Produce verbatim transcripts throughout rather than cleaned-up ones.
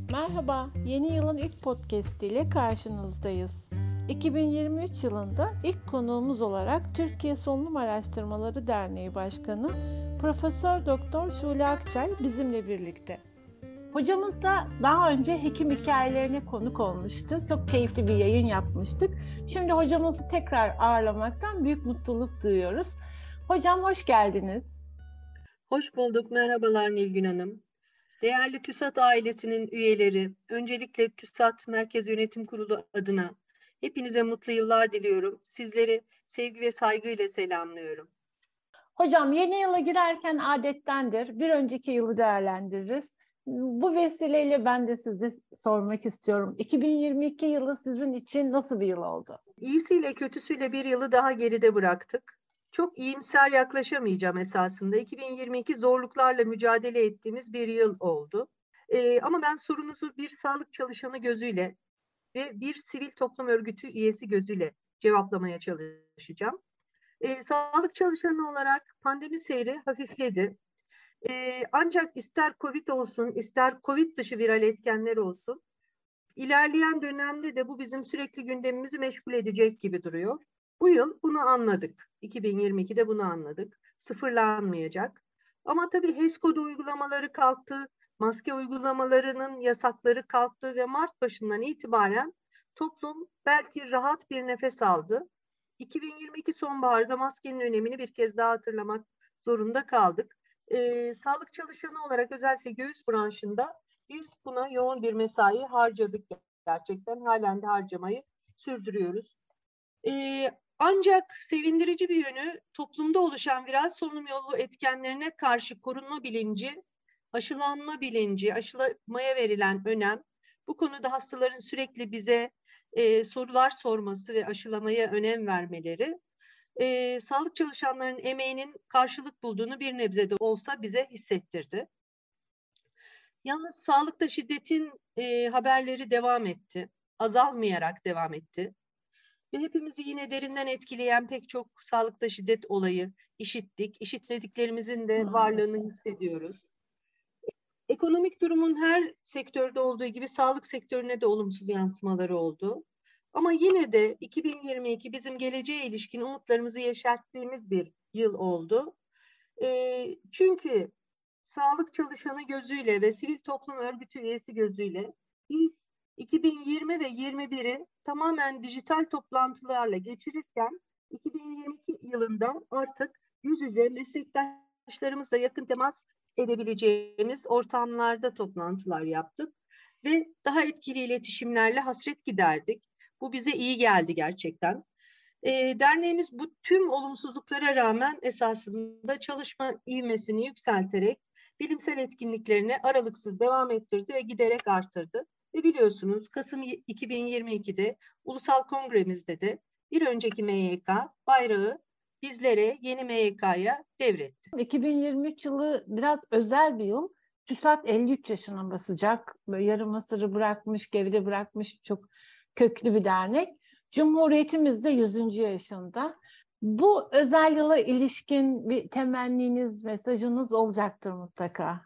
Merhaba, yeni yılın ilk podcast ile karşınızdayız. iki bin yirmi üç yılında ilk konuğumuz olarak Türkiye Solunum Araştırmaları Derneği Başkanı Profesör Doktor Şule Akçay bizimle birlikte. Hocamızla daha önce hekim hikayelerine konuk olmuştu. Çok keyifli bir yayın yapmıştık. Şimdi hocamızı tekrar ağırlamaktan büyük mutluluk duyuyoruz. Hocam hoş geldiniz. Hoş bulduk. Merhabalar Nilgün Hanım. Değerli TÜSAT ailesinin üyeleri, öncelikle TÜSAT Merkez Yönetim Kurulu adına hepinize mutlu yıllar diliyorum. Sizleri sevgi ve saygıyla selamlıyorum. Hocam yeni yıla girerken adettendir. Bir önceki yılı değerlendiririz. Bu vesileyle ben de size sormak istiyorum. iki bin yirmi iki yılı sizin için nasıl bir yıl oldu? İyisiyle kötüsüyle bir yılı daha geride bıraktık. Çok iyimser yaklaşamayacağım esasında. iki bin yirmi iki zorluklarla mücadele ettiğimiz bir yıl oldu. Ee, ama ben sorunuzu bir sağlık çalışanı gözüyle ve bir sivil toplum örgütü üyesi gözüyle cevaplamaya çalışacağım. Ee, sağlık çalışanı olarak pandemi seyri hafifledi. Ee, ancak ister COVID olsun, ister COVID dışı viral etkenler olsun, ilerleyen dönemde de bu bizim sürekli gündemimizi meşgul edecek gibi duruyor. Bu yıl bunu anladık. iki bin yirmi ikide bunu anladık. Sıfırlanmayacak. Ama tabii H E S kodu uygulamaları kalktı, maske uygulamalarının yasakları kalktı ve Mart başından itibaren toplum belki rahat bir nefes aldı. iki bin yirmi iki sonbaharda maskenin önemini bir kez daha hatırlamak zorunda kaldık. Ee, sağlık çalışanı olarak özellikle göğüs branşında biz buna yoğun bir mesai harcadık gerçekten. Halen de harcamayı sürdürüyoruz. Ee, ancak sevindirici bir yönü toplumda oluşan viral solunum yolu etkenlerine karşı korunma bilinci, aşılanma bilinci, aşılamaya verilen önem, bu konuda hastaların sürekli bize e, sorular sorması ve aşılamaya önem vermeleri, e, sağlık çalışanlarının emeğinin karşılık bulduğunu bir nebze de olsa bize hissettirdi. Yalnız sağlıkta şiddetin e, haberleri devam etti, azalmayarak devam etti. Ve hepimizi yine derinden etkileyen pek çok sağlıkta şiddet olayı işittik. İşitmediklerimizin de varlığını hissediyoruz. Ekonomik durumun her sektörde olduğu gibi sağlık sektörüne de olumsuz yansımaları oldu. Ama yine de iki bin yirmi iki bizim geleceğe ilişkin umutlarımızı yeşerttiğimiz bir yıl oldu. E, çünkü sağlık çalışanı gözüyle ve sivil toplum örgütü üyesi gözüyle biz iki bin yirmi ve yirmi biri tamamen dijital toplantılarla geçirirken iki bin yirmi iki yılında artık yüz yüze meslektaşlarımızla yakın temas edebileceğimiz ortamlarda toplantılar yaptık ve daha etkili iletişimlerle hasret giderdik. Bu bize iyi geldi gerçekten. E, derneğimiz bu tüm olumsuzluklara rağmen esasında çalışma ivmesini yükselterek bilimsel etkinliklerini aralıksız devam ettirdi ve giderek arttırdı. Ve biliyorsunuz Kasım iki bin yirmi ikide Ulusal Kongremizde de bir önceki M Y K bayrağı bizlere, yeni M Y K'ya devretti. iki bin yirmi üç yılı biraz özel bir yıl. TÜSAT elli üç yaşına basacak. Böyle yarım asırı bırakmış, geride bırakmış çok köklü bir dernek. Cumhuriyetimiz de yüzüncü yaşında. Bu özel yıla ilişkin bir temenniniz, mesajınız olacaktır mutlaka.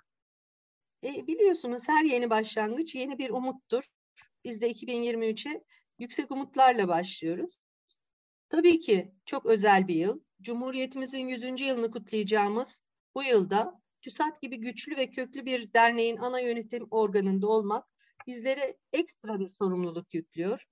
E, biliyorsunuz her yeni başlangıç yeni bir umuttur. Biz de iki bin yirmi üçe yüksek umutlarla başlıyoruz. Tabii ki çok özel bir yıl. Cumhuriyetimizin yüzüncü yılını kutlayacağımız bu yılda TÜSAT gibi güçlü ve köklü bir derneğin ana yönetim organında olmak bizlere ekstra bir sorumluluk yüklüyor.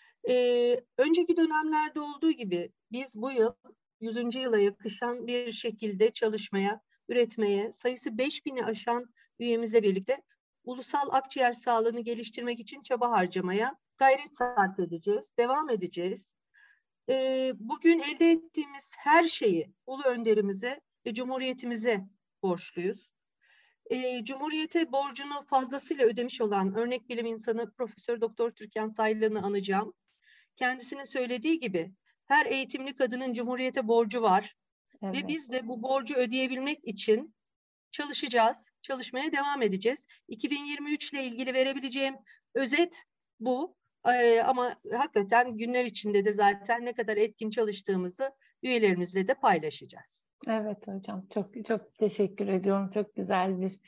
Ee, önceki dönemlerde olduğu gibi biz bu yıl yüzüncü yıla yakışan bir şekilde çalışmaya, üretmeye, sayısı beş bini aşan üyemizle birlikte ulusal akciğer sağlığını geliştirmek için çaba harcamaya gayret sarf edeceğiz, devam edeceğiz. Ee, bugün elde ettiğimiz her şeyi ulu önderimize ve cumhuriyetimize borçluyuz. Ee, Cumhuriyete borcunu fazlasıyla ödemiş olan örnek bilim insanı Profesör Doktor Türkan Saylan'ı anacağım. Kendisinin söylediği gibi her eğitimli kadının Cumhuriyete borcu var. Evet. Ve biz de bu borcu ödeyebilmek için çalışacağız, çalışmaya devam edeceğiz. iki bin yirmi üç ile ilgili verebileceğim özet bu. Ee, ama hakikaten günler içinde de zaten ne kadar etkin çalıştığımızı üyelerimizle de paylaşacağız. Evet hocam, çok çok teşekkür ediyorum. Çok güzel bir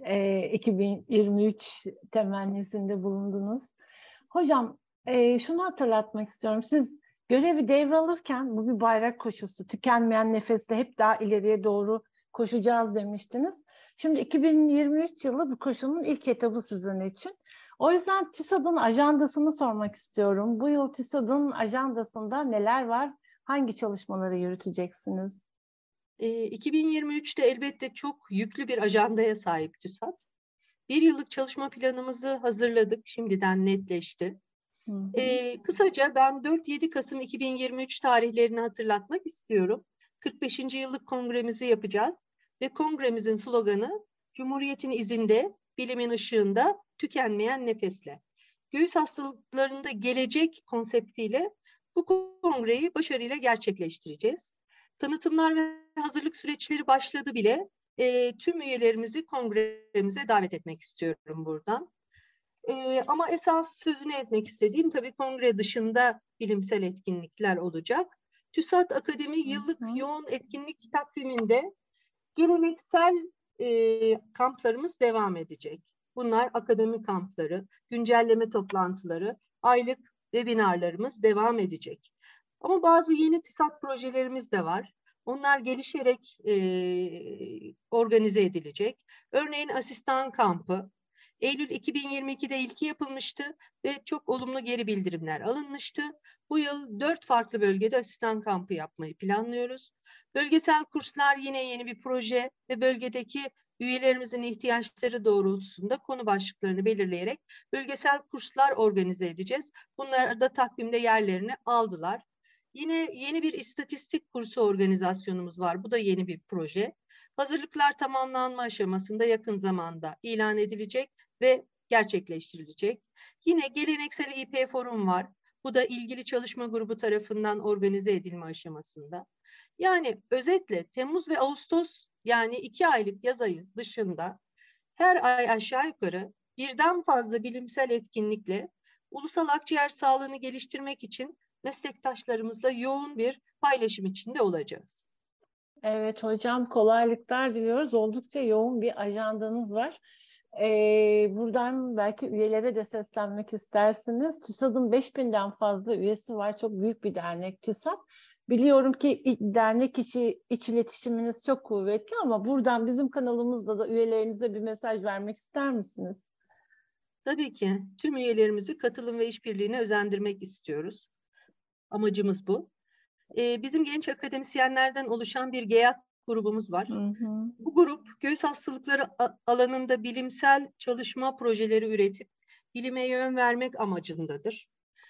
e, iki bin yirmi üç temennisinde bulundunuz. Hocam e, şunu hatırlatmak istiyorum. Siz görevi devralırken bu bir bayrak koşusu, tükenmeyen nefesle hep daha ileriye doğru koşacağız demiştiniz. Şimdi iki bin yirmi üç yılı bu koşunun ilk etabı sizin için. O yüzden TÜSAD'ın ajandasını sormak istiyorum. Bu yıl TÜSAD'ın ajandasında neler var? Hangi çalışmaları yürüteceksiniz? E, iki bin yirmi üçte elbette çok yüklü bir ajandaya sahip TÜSAD. Bir yıllık çalışma planımızı hazırladık, şimdiden netleşti. Hı hı. E, kısaca ben dört yedi Kasım iki bin yirmi üç tarihlerini hatırlatmak istiyorum. kırk beşinci yıllık kongremizi yapacağız ve kongremizin sloganı Cumhuriyetin izinde, bilimin ışığında, tükenmeyen nefesle. Göğüs hastalıklarında gelecek konseptiyle bu kongreyi başarıyla gerçekleştireceğiz. Tanıtımlar ve hazırlık süreçleri başladı bile. E, tüm üyelerimizi kongremize davet etmek istiyorum buradan. E, ama esas sözünü etmek istediğim tabii kongre dışında bilimsel etkinlikler olacak. TÜSAD Akademi yıllık Hı hı. yoğun etkinlik takviminde geleneksel e, kamplarımız devam edecek. Bunlar akademi kampları, güncelleme toplantıları, aylık webinarlarımız devam edecek. Ama bazı yeni TÜSAD projelerimiz de var. Onlar gelişerek e, organize edilecek. Örneğin asistan kampı. Eylül iki bin yirmi ikide ilki yapılmıştı ve çok olumlu geri bildirimler alınmıştı. Bu yıl dört farklı bölgede asistan kampı yapmayı planlıyoruz. Bölgesel kurslar yine yeni bir proje ve bölgedeki üyelerimizin ihtiyaçları doğrultusunda konu başlıklarını belirleyerek bölgesel kurslar organize edeceğiz. Bunlar da takvimde yerlerini aldılar. Yine yeni bir istatistik kursu organizasyonumuz var. Bu da yeni bir proje. Hazırlıklar tamamlanma aşamasında yakın zamanda ilan edilecek ve gerçekleştirilecek. Yine geleneksel İP forum var. Bu da ilgili çalışma grubu tarafından organize edilme aşamasında. Yani özetle Temmuz ve Ağustos, yani iki aylık yaz ayı dışında her ay aşağı yukarı birden fazla bilimsel etkinlikle ulusal akciğer sağlığını geliştirmek için meslektaşlarımızla yoğun bir paylaşım içinde olacağız. Evet hocam, kolaylıklar diliyoruz. Oldukça yoğun bir ajandanız var. Ee, buradan belki üyelere de seslenmek istersiniz. TÜSAD'ın beş binden fazla üyesi var. Çok büyük bir dernek TÜSAD. Biliyorum ki dernek içi iç iletişiminiz çok kuvvetli ama buradan bizim kanalımızda da üyelerinize bir mesaj vermek ister misiniz? Tabii ki tüm üyelerimizi katılım ve işbirliğine özendirmek istiyoruz. Amacımız bu. Ee, bizim genç akademisyenlerden oluşan bir GEAK grubumuz var. Hı hı. Bu grup göğüs hastalıkları alanında bilimsel çalışma projeleri üretip bilime yön vermek amacındadır.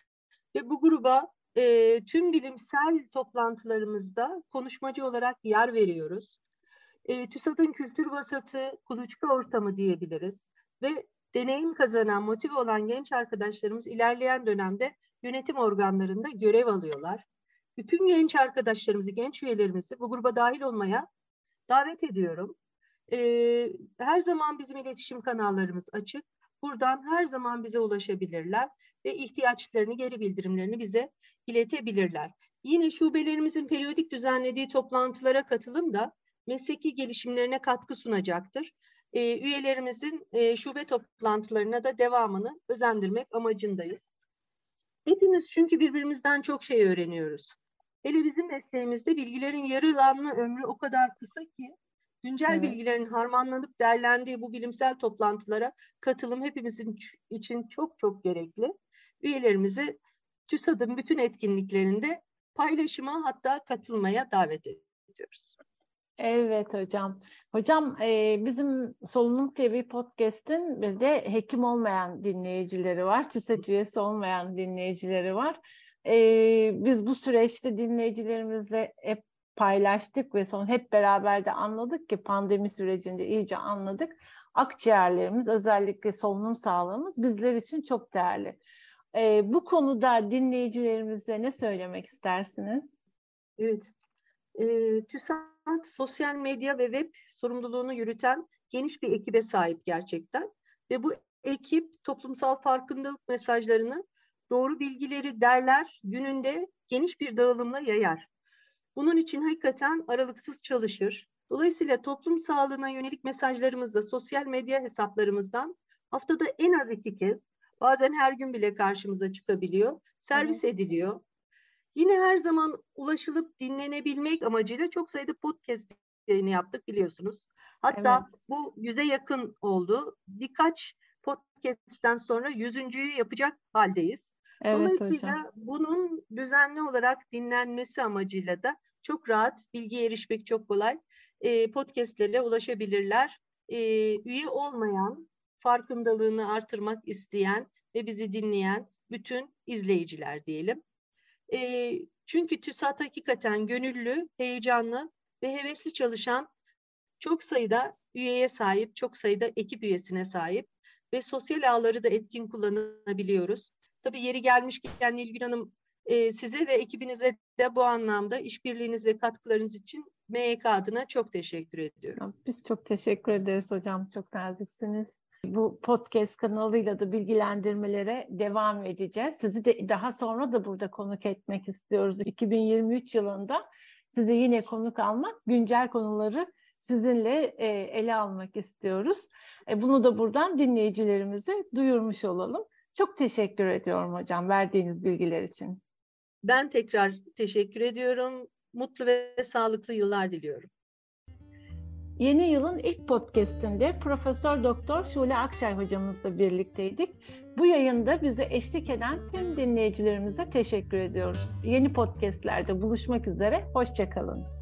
Ve bu gruba e, tüm bilimsel toplantılarımızda konuşmacı olarak yer veriyoruz. E, TÜSAD'ın kültür vasatı, kuluçka ortamı diyebiliriz. Ve deneyim kazanan, motive olan genç arkadaşlarımız ilerleyen dönemde yönetim organlarında görev alıyorlar. Bütün genç arkadaşlarımızı, genç üyelerimizi bu gruba dahil olmaya davet ediyorum. Ee, her zaman bizim iletişim kanallarımız açık. Buradan her zaman bize ulaşabilirler ve ihtiyaçlarını, geri bildirimlerini bize iletebilirler. Yine şubelerimizin periyodik düzenlediği toplantılara katılım da mesleki gelişimlerine katkı sunacaktır. Ee, üyelerimizin e, şube toplantılarına da devamını özendirmek amacındayız. Hepimiz çünkü birbirimizden çok şey öğreniyoruz. Hele bizim mesleğimizde bilgilerin yarılanma ömrü o kadar kısa ki güncel Evet. bilgilerin harmanlanıp derlendiği bu bilimsel toplantılara katılım hepimizin için çok çok gerekli. Üyelerimizi TÜSAD'ın bütün etkinliklerinde paylaşıma, hatta katılmaya davet ediyoruz. Evet hocam. Hocam e, bizim Solunum T V Podcast'in bir de hekim olmayan dinleyicileri var. TÜSAD üyesi olmayan dinleyicileri var. E, biz bu süreçte dinleyicilerimizle hep paylaştık ve sonra hep beraber de anladık ki pandemi sürecinde iyice anladık. Akciğerlerimiz, özellikle solunum sağlığımız bizler için çok değerli. E, bu konuda dinleyicilerimize ne söylemek istersiniz? Evet. E, TÜSAD sosyal medya ve web sorumluluğunu yürüten geniş bir ekibe sahip gerçekten. Ve bu ekip toplumsal farkındalık mesajlarını, doğru bilgileri derler, gününde geniş bir dağılımla yayar. Bunun için hakikaten aralıksız çalışır. Dolayısıyla toplum sağlığına yönelik mesajlarımızda sosyal medya hesaplarımızdan haftada en az iki kez, bazen her gün bile karşımıza çıkabiliyor, servis Evet. ediliyor. Yine her zaman ulaşılıp dinlenebilmek amacıyla çok sayıda podcast yayını yaptık biliyorsunuz. Evet. Hatta bu yüze yakın oldu. Birkaç podcast'ten sonra yüzüncüyü yapacak haldeyiz. Evet hocam. Dolayısıyla bunun düzenli olarak dinlenmesi amacıyla da çok rahat, bilgiye erişmek çok kolay. E, podcastlere ulaşabilirler. E, üye olmayan, farkındalığını artırmak isteyen ve bizi dinleyen bütün izleyiciler diyelim. E, çünkü TÜSAT hakikaten gönüllü, heyecanlı ve hevesli çalışan çok sayıda üyeye sahip, çok sayıda ekip üyesine sahip ve sosyal ağları da etkin kullanabiliyoruz. Tabii yeri gelmişken Nilgün Hanım, e, size ve ekibinize de bu anlamda işbirliğiniz ve katkılarınız için M Y K adına çok teşekkür ediyorum. Biz çok teşekkür ederiz hocam. Çok naziksiniz. Bu podcast kanalıyla da bilgilendirmelere devam edeceğiz. Sizi de daha sonra da burada konuk etmek istiyoruz. iki bin yirmi üç yılında sizi yine konuk almak, güncel konuları sizinle e, ele almak istiyoruz. E, bunu da buradan dinleyicilerimize duyurmuş olalım. Çok teşekkür ediyorum hocam verdiğiniz bilgiler için. Ben tekrar teşekkür ediyorum. Mutlu ve sağlıklı yıllar diliyorum. Yeni yılın ilk podcast'inde Profesör Doktor Şule Akçay hocamızla birlikteydik. Bu yayında bize eşlik eden tüm dinleyicilerimize teşekkür ediyoruz. Yeni podcast'lerde buluşmak üzere, hoşça kalın.